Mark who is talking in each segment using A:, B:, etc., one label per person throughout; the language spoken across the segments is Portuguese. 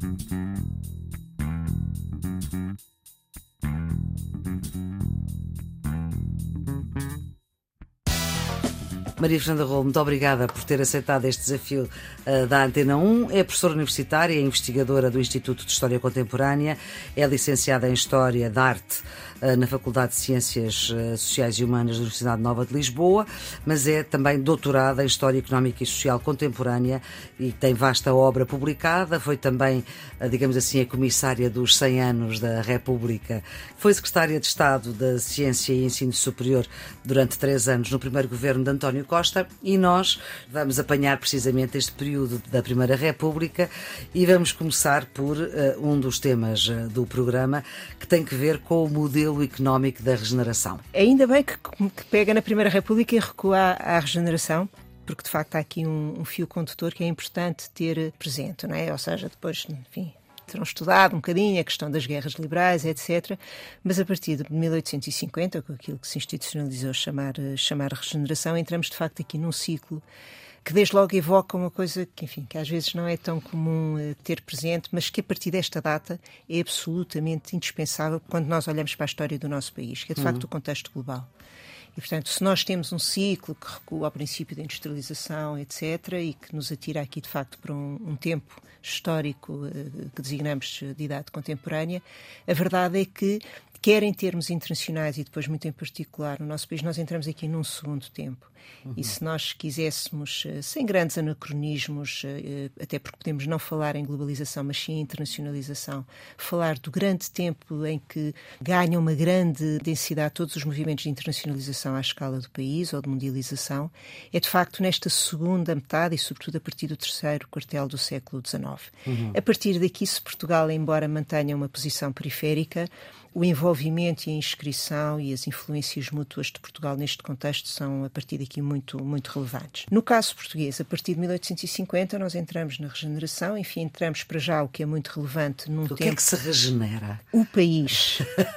A: Maria Fernanda Rolo, muito obrigada por ter aceitado este desafio da Antena 1. É professora universitária, é investigadora do Instituto de História Contemporânea, é licenciada em História da Arte na Faculdade de Ciências Sociais e Humanas da Universidade Nova de Lisboa, mas é também doutorada em História Económica e Social Contemporânea e tem vasta obra publicada. Foi também, digamos assim, a comissária dos 100 anos da República. Foi secretária de Estado da Ciência e Ensino Superior durante 3 anos no primeiro governo de António Costa, e nós vamos apanhar precisamente este período da Primeira República e vamos começar por um dos temas do programa, que tem que ver com o modelo económico da regeneração.
B: Ainda bem que pega na Primeira República e recua à regeneração, porque de facto há aqui um fio condutor que é importante ter presente, não é? Ou seja, depois, enfim, terão estudado um bocadinho a questão das guerras liberais, etc. Mas a partir de 1850, com aquilo que se institucionalizou chamar regeneração, entramos de facto aqui num ciclo que desde logo evoca uma coisa que, enfim, que às vezes não é tão comum ter presente, mas que a partir desta data é absolutamente indispensável quando nós olhamos para a história do nosso país, que é de facto o contexto global. E, portanto, se nós temos um ciclo que recua ao princípio da industrialização, etc., e que nos atira aqui, de facto, para um tempo histórico que designamos de idade contemporânea, a verdade é que, quer em termos internacionais e depois muito em particular no nosso país, nós entramos aqui num segundo tempo. E se nós quiséssemos, sem grandes anacronismos, até porque podemos não falar em globalização, mas sim em internacionalização, falar do grande tempo em que ganham uma grande densidade todos os movimentos de internacionalização à escala do país ou de mundialização, é de facto nesta segunda metade e sobretudo a partir do terceiro quartel do século XIX. A partir daqui, se Portugal, embora mantenha uma posição periférica, o envolvimento e a inscrição e as influências mútuas de Portugal neste contexto são, a partir daqui, muito, muito relevantes. No caso português, a partir de 1850, nós entramos na regeneração, enfim, entramos para já, o que é muito relevante num tempo...
A: O que é que se regenera?
B: O país.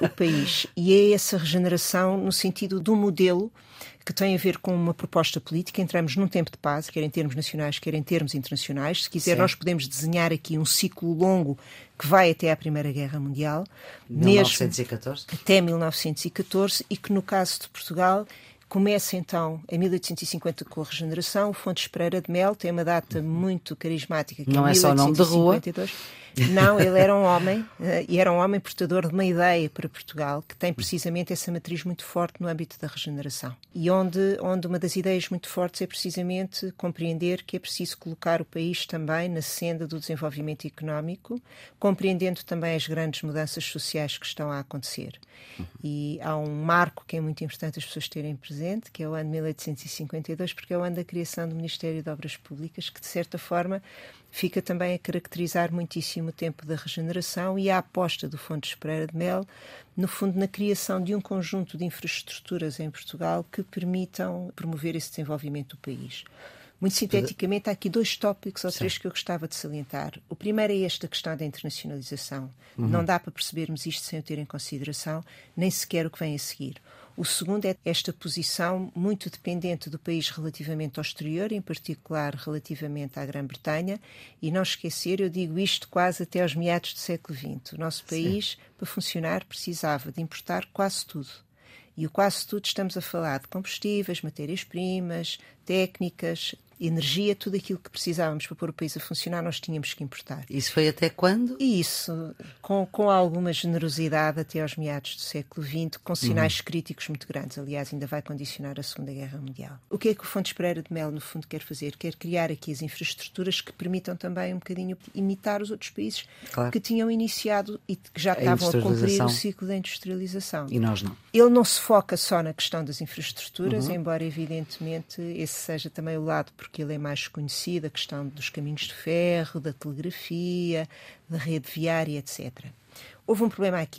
B: E é essa regeneração no sentido do modelo que tem a ver com uma proposta política. Entramos num tempo de paz, quer em termos nacionais, quer em termos internacionais. Se quiser, nós podemos desenhar aqui um ciclo longo que vai até à Primeira Guerra Mundial.
A: 1914?
B: Até 1914, e que no caso de Portugal começa então em 1850 com a regeneração. O Fontes Pereira de Mel tem uma data muito carismática, que
A: não
B: é
A: só o nome de rua.
B: Não, ele era um homem, e era um homem portador de uma ideia para Portugal, que tem precisamente essa matriz muito forte no âmbito da regeneração. E onde uma das ideias muito fortes é precisamente compreender que é preciso colocar o país também na senda do desenvolvimento económico, compreendendo também as grandes mudanças sociais que estão a acontecer. E há um marco que é muito importante as pessoas terem presente, que é o ano de 1852, porque é o ano da criação do Ministério de Obras Públicas, que de certa forma fica também a caracterizar muitíssimo o tempo da regeneração e a aposta do Fontes Pereira de Mel, no fundo, na criação de um conjunto de infraestruturas em Portugal que permitam promover esse desenvolvimento do país. Muito sinteticamente, há aqui 2 tópicos ou 3 que eu gostava de salientar. O primeiro é esta questão da internacionalização. Não dá para percebermos isto sem o ter em consideração, nem sequer o que vem a seguir. O segundo é esta posição muito dependente do país relativamente ao exterior, em particular relativamente à Grã-Bretanha, e não esquecer, eu digo isto quase até aos meados do século XX. O nosso país, para funcionar, precisava de importar quase tudo. E o quase tudo estamos a falar de combustíveis, matérias-primas, técnicas, energia, tudo aquilo que precisávamos para pôr o país a funcionar, nós tínhamos que importar.
A: Isso foi até quando?
B: E isso, com alguma generosidade até aos meados do século XX, com sinais críticos muito grandes. Aliás, ainda vai condicionar a Segunda Guerra Mundial. O que é que o Fontes Pereira de Mel, no fundo, quer fazer? Quer criar aqui as infraestruturas que permitam também um bocadinho imitar os outros países que tinham iniciado e que já estavam a cumprir o ciclo da industrialização.
A: E nós não.
B: Ele não se foca só na questão das infraestruturas, embora, evidentemente, esse seja também o lado, porque ele é mais conhecido, a questão dos caminhos de ferro, da telegrafia, da rede viária, etc. Houve um problema aqui.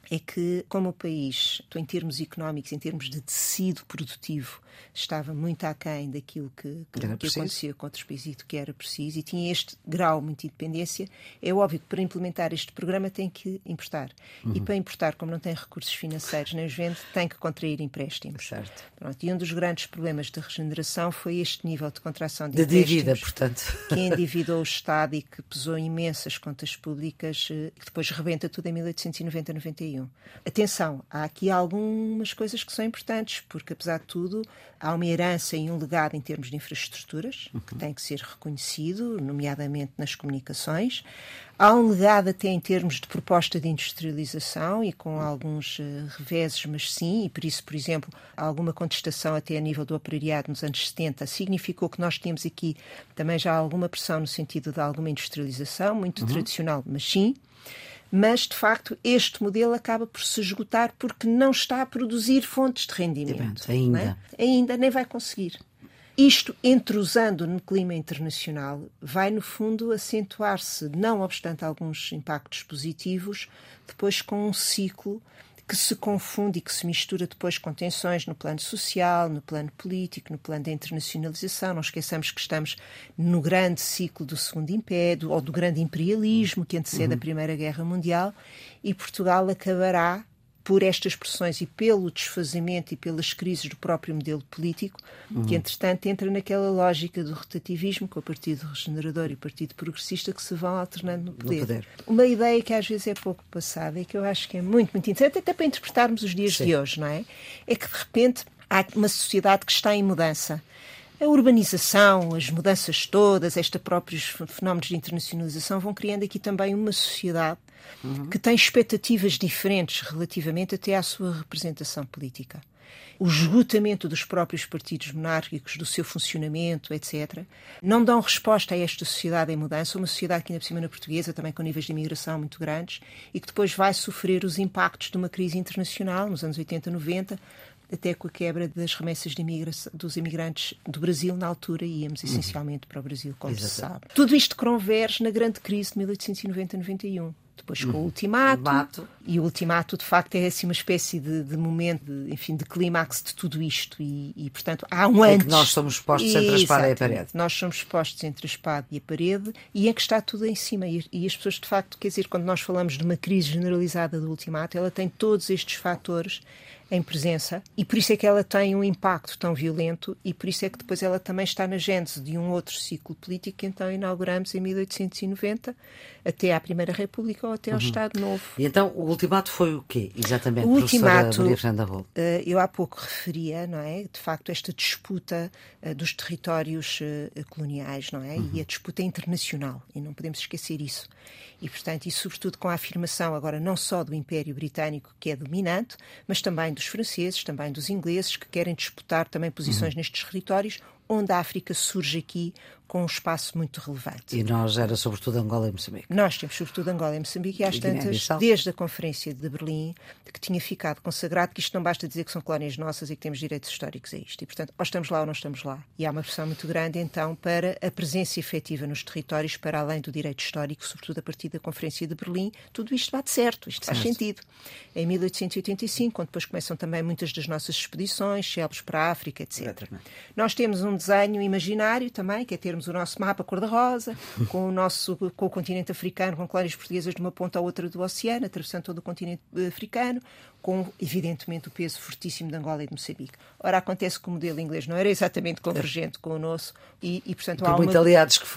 B: é que, como o país, em termos económicos, em termos de tecido produtivo, estava muito aquém daquilo que acontecia com outros países e do que era preciso, e tinha este grau muito de independência, é óbvio que para implementar este programa tem que importar. E para importar, como não tem recursos financeiros nem os vende, tem que contrair empréstimos.
A: Certo.
B: Pronto, e um dos grandes problemas da regeneração foi este nível de contração de
A: empréstimos. De
B: dívida,
A: portanto.
B: Que endividou o Estado e que pesou imensas contas públicas, que depois rebenta tudo em 1890-91. Atenção, há aqui algumas coisas que são importantes, porque, apesar de tudo, há uma herança e um legado em termos de infraestruturas, que tem que ser reconhecido, nomeadamente nas comunicações. Há um legado até em termos de proposta de industrialização e com alguns reveses, mas sim, e por isso, por exemplo, alguma contestação até a nível do operariado nos anos 70 significou que nós temos aqui também já alguma pressão no sentido de alguma industrialização, muito tradicional, mas sim. Mas, de facto, este modelo acaba por se esgotar porque não está a produzir fontes de rendimento.
A: Ainda.
B: Ainda nem vai conseguir. Isto, entrosando no clima internacional, vai, no fundo, acentuar-se, não obstante alguns impactos positivos, depois com um ciclo que se confunde e que se mistura depois com tensões no plano social, no plano político, no plano da internacionalização. Não esqueçamos que estamos no grande ciclo do Segundo Império, ou do grande imperialismo que antecede a Primeira Guerra Mundial, e Portugal acabará, por estas pressões e pelo desfazamento e pelas crises do próprio modelo político, que, entretanto, entra naquela lógica do rotativismo, com o Partido Regenerador e o Partido Progressista, que se vão alternando no poder. Uma ideia que às vezes é pouco passada e que eu acho que é muito, muito interessante, até para interpretarmos os dias de hoje, não é? É que, de repente, há uma sociedade que está em mudança. A urbanização, as mudanças todas, estes próprios fenómenos de internacionalização vão criando aqui também uma sociedade que tem expectativas diferentes relativamente até à sua representação política. O esgotamento dos próprios partidos monárquicos, do seu funcionamento, etc., não dão resposta a esta sociedade em mudança, uma sociedade que ainda por cima na portuguesa, também com níveis de imigração muito grandes, e que depois vai sofrer os impactos de uma crise internacional nos anos 80, 90, até com a quebra das remessas dos imigrantes do Brasil na altura, e íamos essencialmente para o Brasil, como se sabe. Tudo isto converge na grande crise de 1890-91. Depois com o ultimato. E o ultimato, de facto, é assim uma espécie de momento, de clímax de tudo isto. E, portanto, há um antes.
A: É que nós somos postos entre a espada e a parede.
B: Nós somos postos entre a espada e a parede, e é que está tudo em cima. E as pessoas, de facto, quer dizer, quando nós falamos de uma crise generalizada do ultimato, ela tem todos estes fatores em presença, e por isso é que ela tem um impacto tão violento, e por isso é que depois ela também está na gênese de um outro ciclo político que então inauguramos em 1890, até à Primeira República ou até ao Estado Novo.
A: E então o ultimato foi o quê, exatamente,
B: o ultimato,
A: Maria Fernanda Rolo?
B: Eu há pouco referia, não é? De facto, esta disputa dos territórios coloniais, não é? E a disputa internacional, e não podemos esquecer isso. E, portanto, e sobretudo com a afirmação agora não só do Império Britânico, que é dominante, mas também dos franceses, também dos ingleses, que querem disputar também posições nestes territórios, onde a África surge aqui com um espaço muito relevante.
A: E nós era sobretudo Angola e Moçambique.
B: Nós temos sobretudo Angola e Moçambique, e às tantas, desde a Conferência de Berlim, que tinha ficado consagrado que isto não basta dizer que são colónias nossas e que temos direitos históricos a isto. E, portanto, ou estamos lá ou não estamos lá. E há uma pressão muito grande, então, para a presença efetiva nos territórios, para além do direito histórico, sobretudo a partir da Conferência de Berlim. Tudo isto bate certo, isto faz sentido. Em 1885, quando depois começam também muitas das nossas expedições, célebres para a África, etc.
A: Exatamente.
B: Nós temos um desenho imaginário também, que é termos o nosso mapa cor-de-rosa, com o continente africano, com colónias portuguesas de uma ponta à outra do oceano, atravessando todo o continente africano, com, evidentemente, o peso fortíssimo de Angola e de Moçambique. Ora, acontece que o modelo inglês não era exatamente convergente com o nosso, e portanto,
A: por muito aliados que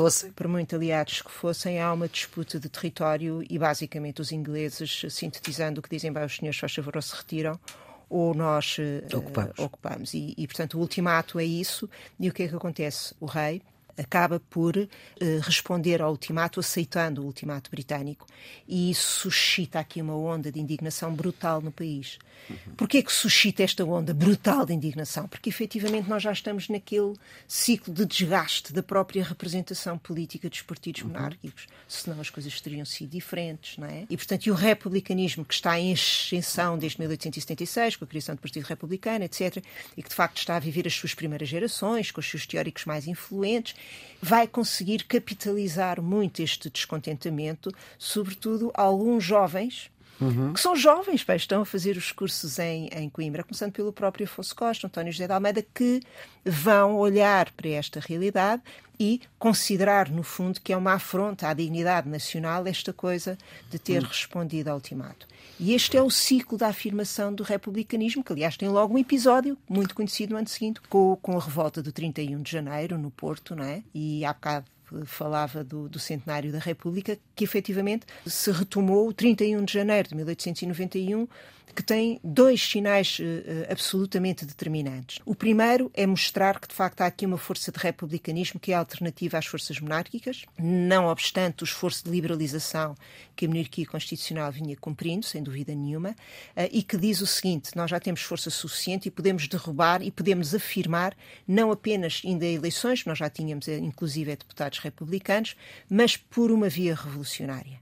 A: fossem,
B: há uma disputa de território, e basicamente os ingleses, sintetizando o que dizem, bem, os senhores, faz favor, ou se retiram, ou nós ocupamos. E, portanto, o ultimato é isso. E o que é que acontece? O rei acaba por responder ao ultimato, aceitando o ultimato britânico, e isso suscita aqui uma onda de indignação brutal no país. Porquê que suscita esta onda brutal de indignação? Porque, efetivamente, nós já estamos naquele ciclo de desgaste da própria representação política dos partidos monárquicos, senão as coisas teriam sido diferentes, não é? E, portanto, o republicanismo, que está em ascensão desde 1876, com a criação do Partido Republicano, etc., e que, de facto, está a viver as suas primeiras gerações, com os seus teóricos mais influentes, vai conseguir capitalizar muito este descontentamento, sobretudo alguns jovens que são jovens, estão a fazer os cursos em Coimbra, começando pelo próprio Afonso Costa, António José de Almeida, que vão olhar para esta realidade e considerar, no fundo, que é uma afronta à dignidade nacional esta coisa de ter respondido ao ultimato. E este é o ciclo da afirmação do republicanismo, que aliás tem logo um episódio muito conhecido no ano seguinte, com a revolta do 31 de janeiro, no Porto, não é? E há bocado falava do centenário da República, que efetivamente se retomou o 31 de janeiro de 1891, que tem dois sinais absolutamente determinantes. O primeiro é mostrar que, de facto, há aqui uma força de republicanismo que é alternativa às forças monárquicas, não obstante o esforço de liberalização que a monarquia constitucional vinha cumprindo, sem dúvida nenhuma, e que diz o seguinte: nós já temos força suficiente e podemos derrubar e podemos afirmar, não apenas ainda eleições, nós já tínhamos inclusive deputados republicanos, mas por uma via revolucionária.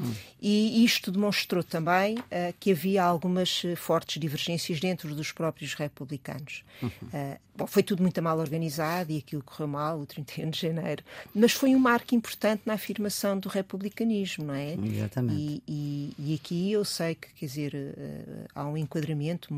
B: E isto demonstrou também que havia algumas fortes divergências dentro dos próprios republicanos. Foi tudo muito mal organizado e aquilo correu mal, o 31 de janeiro, mas foi um marco importante na afirmação do republicanismo, não é?
A: Exatamente.
B: E aqui eu sei que, quer dizer, há um enquadramento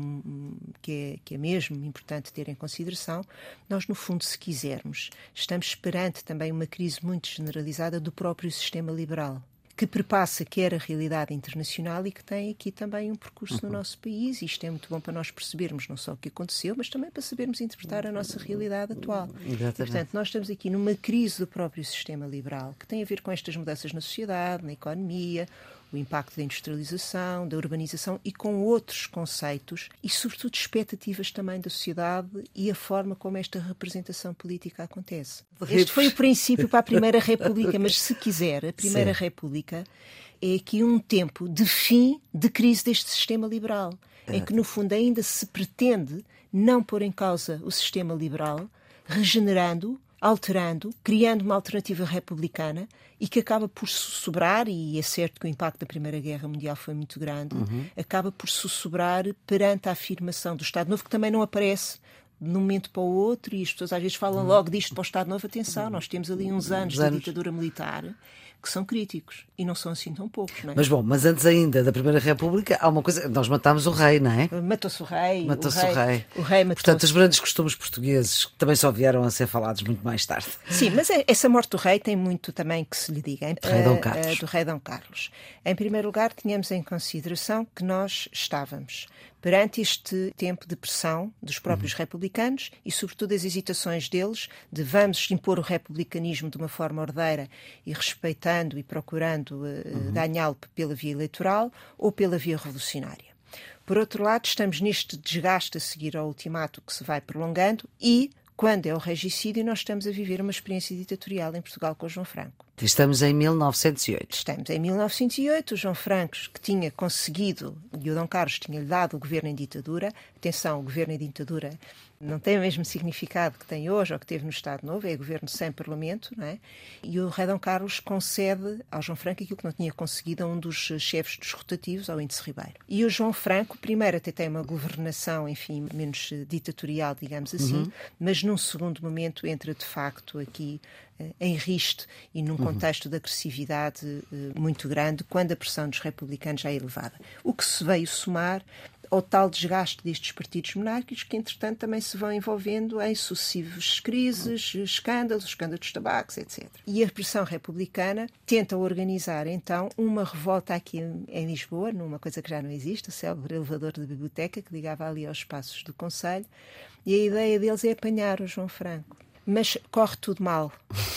B: que é mesmo importante ter em consideração. Nós, no fundo, se quisermos, estamos perante também uma crise muito generalizada do próprio sistema liberal, que perpassa quer a realidade internacional e que tem aqui também um percurso no nosso país. E isto é muito bom para nós percebermos não só o que aconteceu, mas também para sabermos interpretar a nossa realidade atual. E, portanto, nós estamos aqui numa crise do próprio sistema liberal, que tem a ver com estas mudanças na sociedade, na economia, o impacto da industrialização, da urbanização e com outros conceitos e, sobretudo, expectativas também da sociedade e a forma como esta representação política acontece. Este foi o princípio para a Primeira República, mas, se quiser, a Primeira República é aqui um tempo de fim de crise deste sistema liberal, em que, no fundo, ainda se pretende não pôr em causa o sistema liberal, regenerando, alterando, criando uma alternativa republicana e que acaba por sussurrar, e é certo que o impacto da Primeira Guerra Mundial foi muito grande, acaba por sussurrar perante a afirmação do Estado Novo, que também não aparece de um momento para o outro, e as pessoas às vezes falam logo disto para o Estado Novo. Atenção, nós temos ali uns anos de ditadura militar que são críticos, e não são assim tão poucos, não é?
A: Mas antes ainda da Primeira República, há uma coisa, nós matámos o rei, não é?
B: Matou-se o rei.
A: Matou-se o rei.
B: O rei matou-se.
A: Portanto, os grandes costumes portugueses que também só vieram a ser falados muito mais tarde.
B: Sim, mas essa morte do rei tem muito também que se lhe diga.
A: Rei Dom Carlos.
B: Do rei Dom Carlos. Em primeiro lugar, tínhamos em consideração que nós estávamos perante este tempo de pressão dos próprios republicanos e, sobretudo, as hesitações deles de vamos impor o republicanismo de uma forma ordeira e respeitando e procurando ganhá-lo pela via eleitoral ou pela via revolucionária. Por outro lado, estamos neste desgaste a seguir ao ultimato que se vai prolongando e, quando é o regicídio, nós estamos a viver uma experiência ditatorial em Portugal com o João Franco.
A: Estamos em 1908.
B: Estamos em 1908, o João Franco, que tinha conseguido, e o Dom Carlos tinha-lhe dado o governo em ditadura. Atenção, o governo em ditadura não tem o mesmo significado que tem hoje ou que teve no Estado Novo, é governo sem parlamento, não é? E o rei Dom Carlos concede ao João Franco aquilo que não tinha conseguido a um dos chefes dos rotativos, ao Índice Ribeiro. E o João Franco, primeiro, até tem uma governação, enfim, menos ditatorial, digamos assim, mas num segundo momento entra, de facto, aqui em riste e num contexto de agressividade muito grande, quando a pressão dos republicanos já é elevada. O que se veio somar ao tal desgaste destes partidos monárquicos, que, entretanto, também se vão envolvendo em sucessivas crises, escândalos dos tabacos, etc. E a pressão republicana tenta organizar, então, uma revolta aqui em Lisboa, numa coisa que já não existe, o célebre elevador da biblioteca, que ligava ali aos espaços do Conselho, e a ideia deles é apanhar o João Franco. Mas corre tudo mal.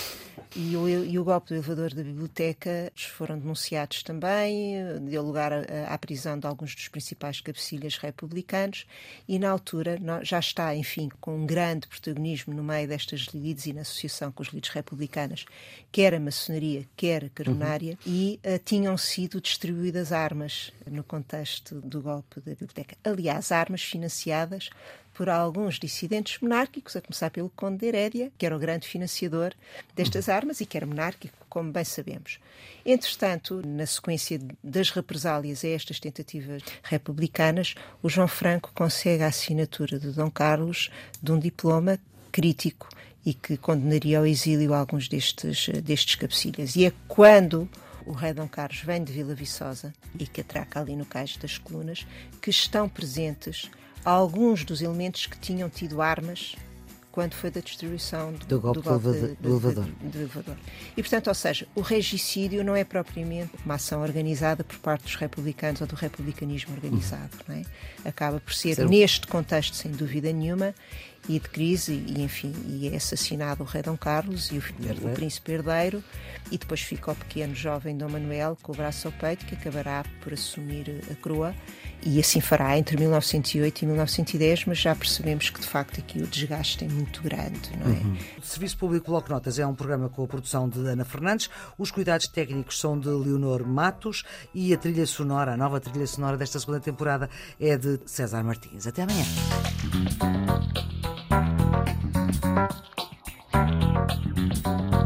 B: E o golpe do elevador da biblioteca foram denunciados também, deu lugar à prisão de alguns dos principais cabecilhas republicanos e, na altura, já está, enfim, com um grande protagonismo no meio destas lides e na associação com os lides republicanas, quer a maçonaria, quer a coronária, e tinham sido distribuídas armas no contexto do golpe da biblioteca. Aliás, armas financiadas por alguns dissidentes monárquicos, a começar pelo Conde de Herédia, que era o grande financiador destas armas e que era monárquico, como bem sabemos. Entretanto, na sequência das represálias a estas tentativas republicanas, o João Franco consegue a assinatura de Dom Carlos de um diploma crítico e que condenaria ao exílio alguns destes cabecilhas. E é quando o rei Dom Carlos vem de Vila Viçosa e que atraca ali no Cais das Colunas, que estão presentes alguns dos elementos que tinham tido armas quando foi da destruição do golpe do elevador. E, portanto, ou seja, o regicídio não é propriamente uma ação organizada por parte dos republicanos ou do republicanismo organizado, não é? Acaba por ser, neste contexto, sem dúvida nenhuma, e de crise, e enfim, e é assassinado o rei Dom Carlos e o príncipe herdeiro, e depois fica o pequeno jovem Dom Manuel com o braço ao peito, que acabará por assumir a coroa, e assim fará entre 1908 e 1910, mas já percebemos que de facto aqui o desgaste é muito grande, não é?
A: O Serviço Público Bloco Notas é um programa com a produção de Ana Fernandes, os cuidados técnicos são de Leonor Matos e a trilha sonora, a nova trilha sonora desta segunda temporada é de César Martins. Até amanhã.